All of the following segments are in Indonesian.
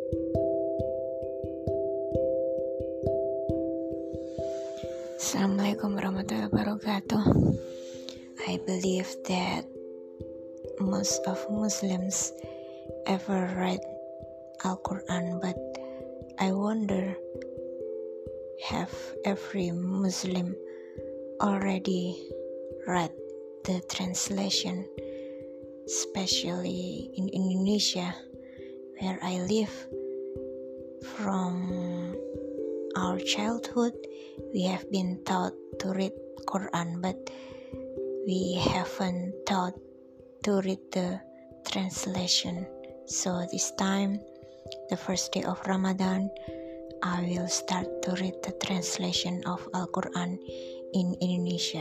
Assalamualaikum warahmatullahi wabarakatuh. I believe that most of Muslims ever read Al-Quran, but I wonder, have every Muslim already read the translation, especially in Indonesia where I live? From our childhood, we have been taught to read Quran, but we haven't taught to read the translation. So this time, the first day of Ramadan, I will start to read the translation of Al-Quran in Indonesia.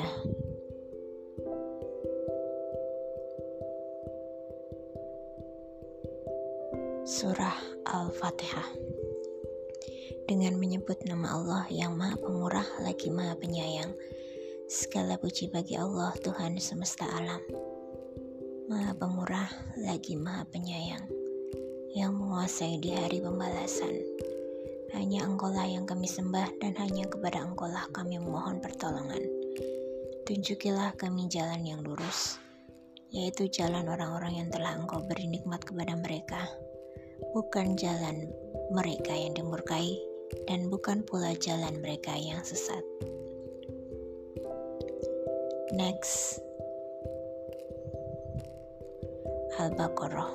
Surah Al-Fatihah. Dengan menyebut nama Allah yang Maha Pemurah lagi Maha Penyayang. Segala puji bagi Allah, Tuhan semesta alam, Maha Pemurah lagi Maha Penyayang, yang menguasai di hari pembalasan. Hanya Engkau-lah yang kami sembah, dan hanya kepada Engkau-lah kami memohon pertolongan. Tunjukilah kami jalan yang lurus, yaitu jalan orang-orang yang telah Engkau beri nikmat kepada mereka, bukan jalan mereka yang dimurkai, dan bukan pula jalan mereka yang sesat. Next, Al-Baqarah.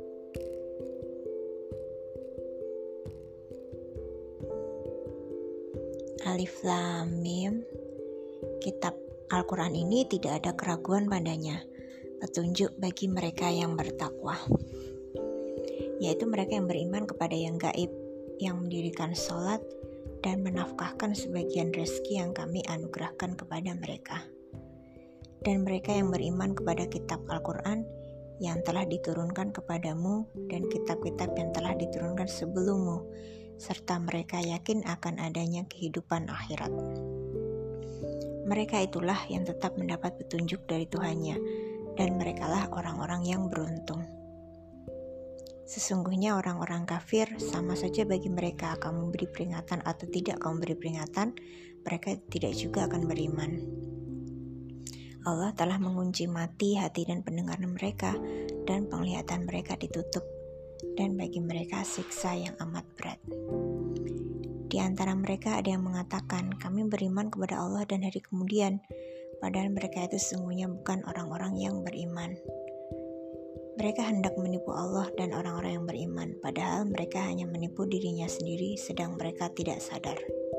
Alif Lam Mim. Kitab Al-Quran ini tidak ada keraguan padanya, petunjuk bagi mereka yang bertakwa, yaitu mereka yang beriman kepada yang gaib, yang mendirikan sholat dan menafkahkan sebagian rezeki yang kami anugerahkan kepada mereka, dan mereka yang beriman kepada kitab Al-Quran yang telah diturunkan kepadamu dan kitab-kitab yang telah diturunkan sebelummu, serta mereka yakin akan adanya kehidupan akhirat. Mereka itulah yang tetap mendapat petunjuk dari Tuhannya, dan merekalah orang-orang yang beruntung. Sesungguhnya orang-orang kafir sama saja bagi mereka kamu beri peringatan atau tidak kamu beri peringatan, mereka tidak juga akan beriman. Allah telah mengunci mati hati dan pendengaran mereka, dan penglihatan mereka ditutup, dan bagi mereka siksa yang amat berat. Di antara mereka ada yang mengatakan, kami beriman kepada Allah dan hari kemudian, padahal mereka itu sesungguhnya bukan orang-orang yang beriman. Mereka hendak menipu Allah dan orang-orang yang beriman, padahal mereka hanya menipu dirinya sendiri, sedang mereka tidak sadar.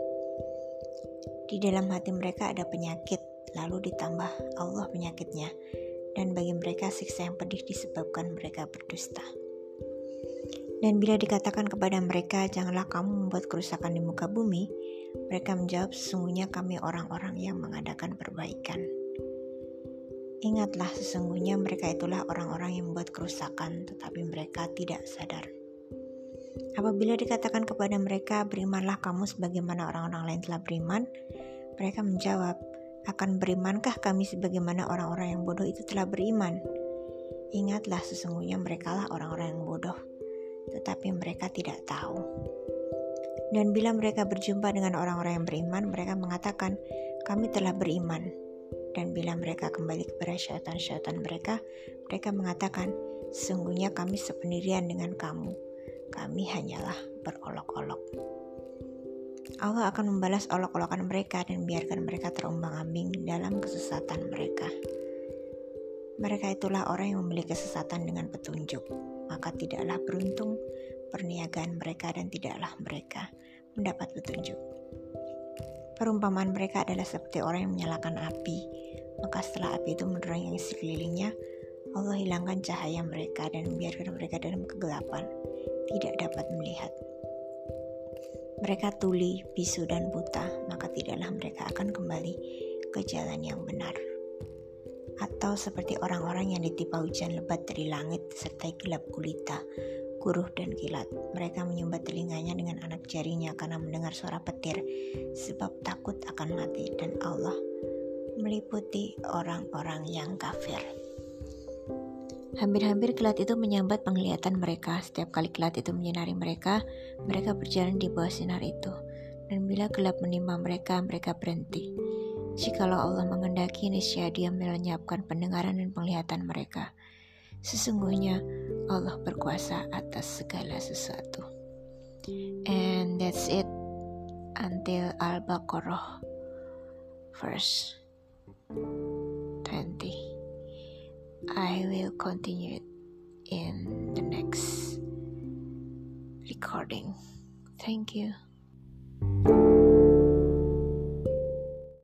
Di dalam hati mereka ada penyakit, lalu ditambah Allah penyakitnya, dan bagi mereka siksa yang pedih disebabkan mereka berdusta. Dan bila dikatakan kepada mereka, janganlah kamu membuat kerusakan di muka bumi, mereka menjawab, sesungguhnya kami orang-orang yang mengadakan perbaikan. Ingatlah, sesungguhnya mereka itulah orang-orang yang membuat kerusakan, tetapi mereka tidak sadar. Apabila dikatakan kepada mereka, berimanlah kamu sebagaimana orang-orang lain telah beriman, mereka menjawab, akan berimankah kami sebagaimana orang-orang yang bodoh itu telah beriman? Ingatlah, sesungguhnya merekalah orang-orang yang bodoh, tetapi mereka tidak tahu. Dan bila mereka berjumpa dengan orang-orang yang beriman, mereka mengatakan, kami telah beriman. Dan bila mereka kembali kepada syaitan-syaitan mereka, mereka mengatakan, sesungguhnya kami sependirian dengan kamu, kami hanyalah berolok-olok. Allah akan membalas olok-olokan mereka dan biarkan mereka terombang-ambing dalam kesesatan mereka. Mereka itulah orang yang memiliki kesesatan dengan petunjuk, maka tidaklah beruntung perniagaan mereka dan tidaklah mereka mendapat petunjuk. Perumpamaan mereka adalah seperti orang yang menyalakan api, maka setelah api itu menerangi sekelilingnya, Allah hilangkan cahaya mereka dan membiarkan mereka dalam kegelapan, tidak dapat melihat. Mereka tuli, bisu dan buta, maka tidaklah mereka akan kembali ke jalan yang benar. Atau seperti orang-orang yang ditimpa hujan lebat dari langit disertai gelap gulita, guruh dan kilat. Mereka menyumbat telinganya dengan anak jarinya karena mendengar suara petir, sebab takut akan mati, dan Allah meliputi orang-orang yang kafir. Hampir-hampir kilat itu menyambat penglihatan mereka. Setiap kali kilat itu menyinari mereka, mereka berjalan di bawah sinar itu. Dan bila gelap menimpa mereka, mereka berhenti. Jikalau Allah menghendaki, niscaya Dia melenyapkan pendengaran dan penglihatan mereka. Sesungguhnya Allah berkuasa atas segala sesuatu. And that's it until Al-Baqarah verse 20. I will continue it in the next recording. Thank you.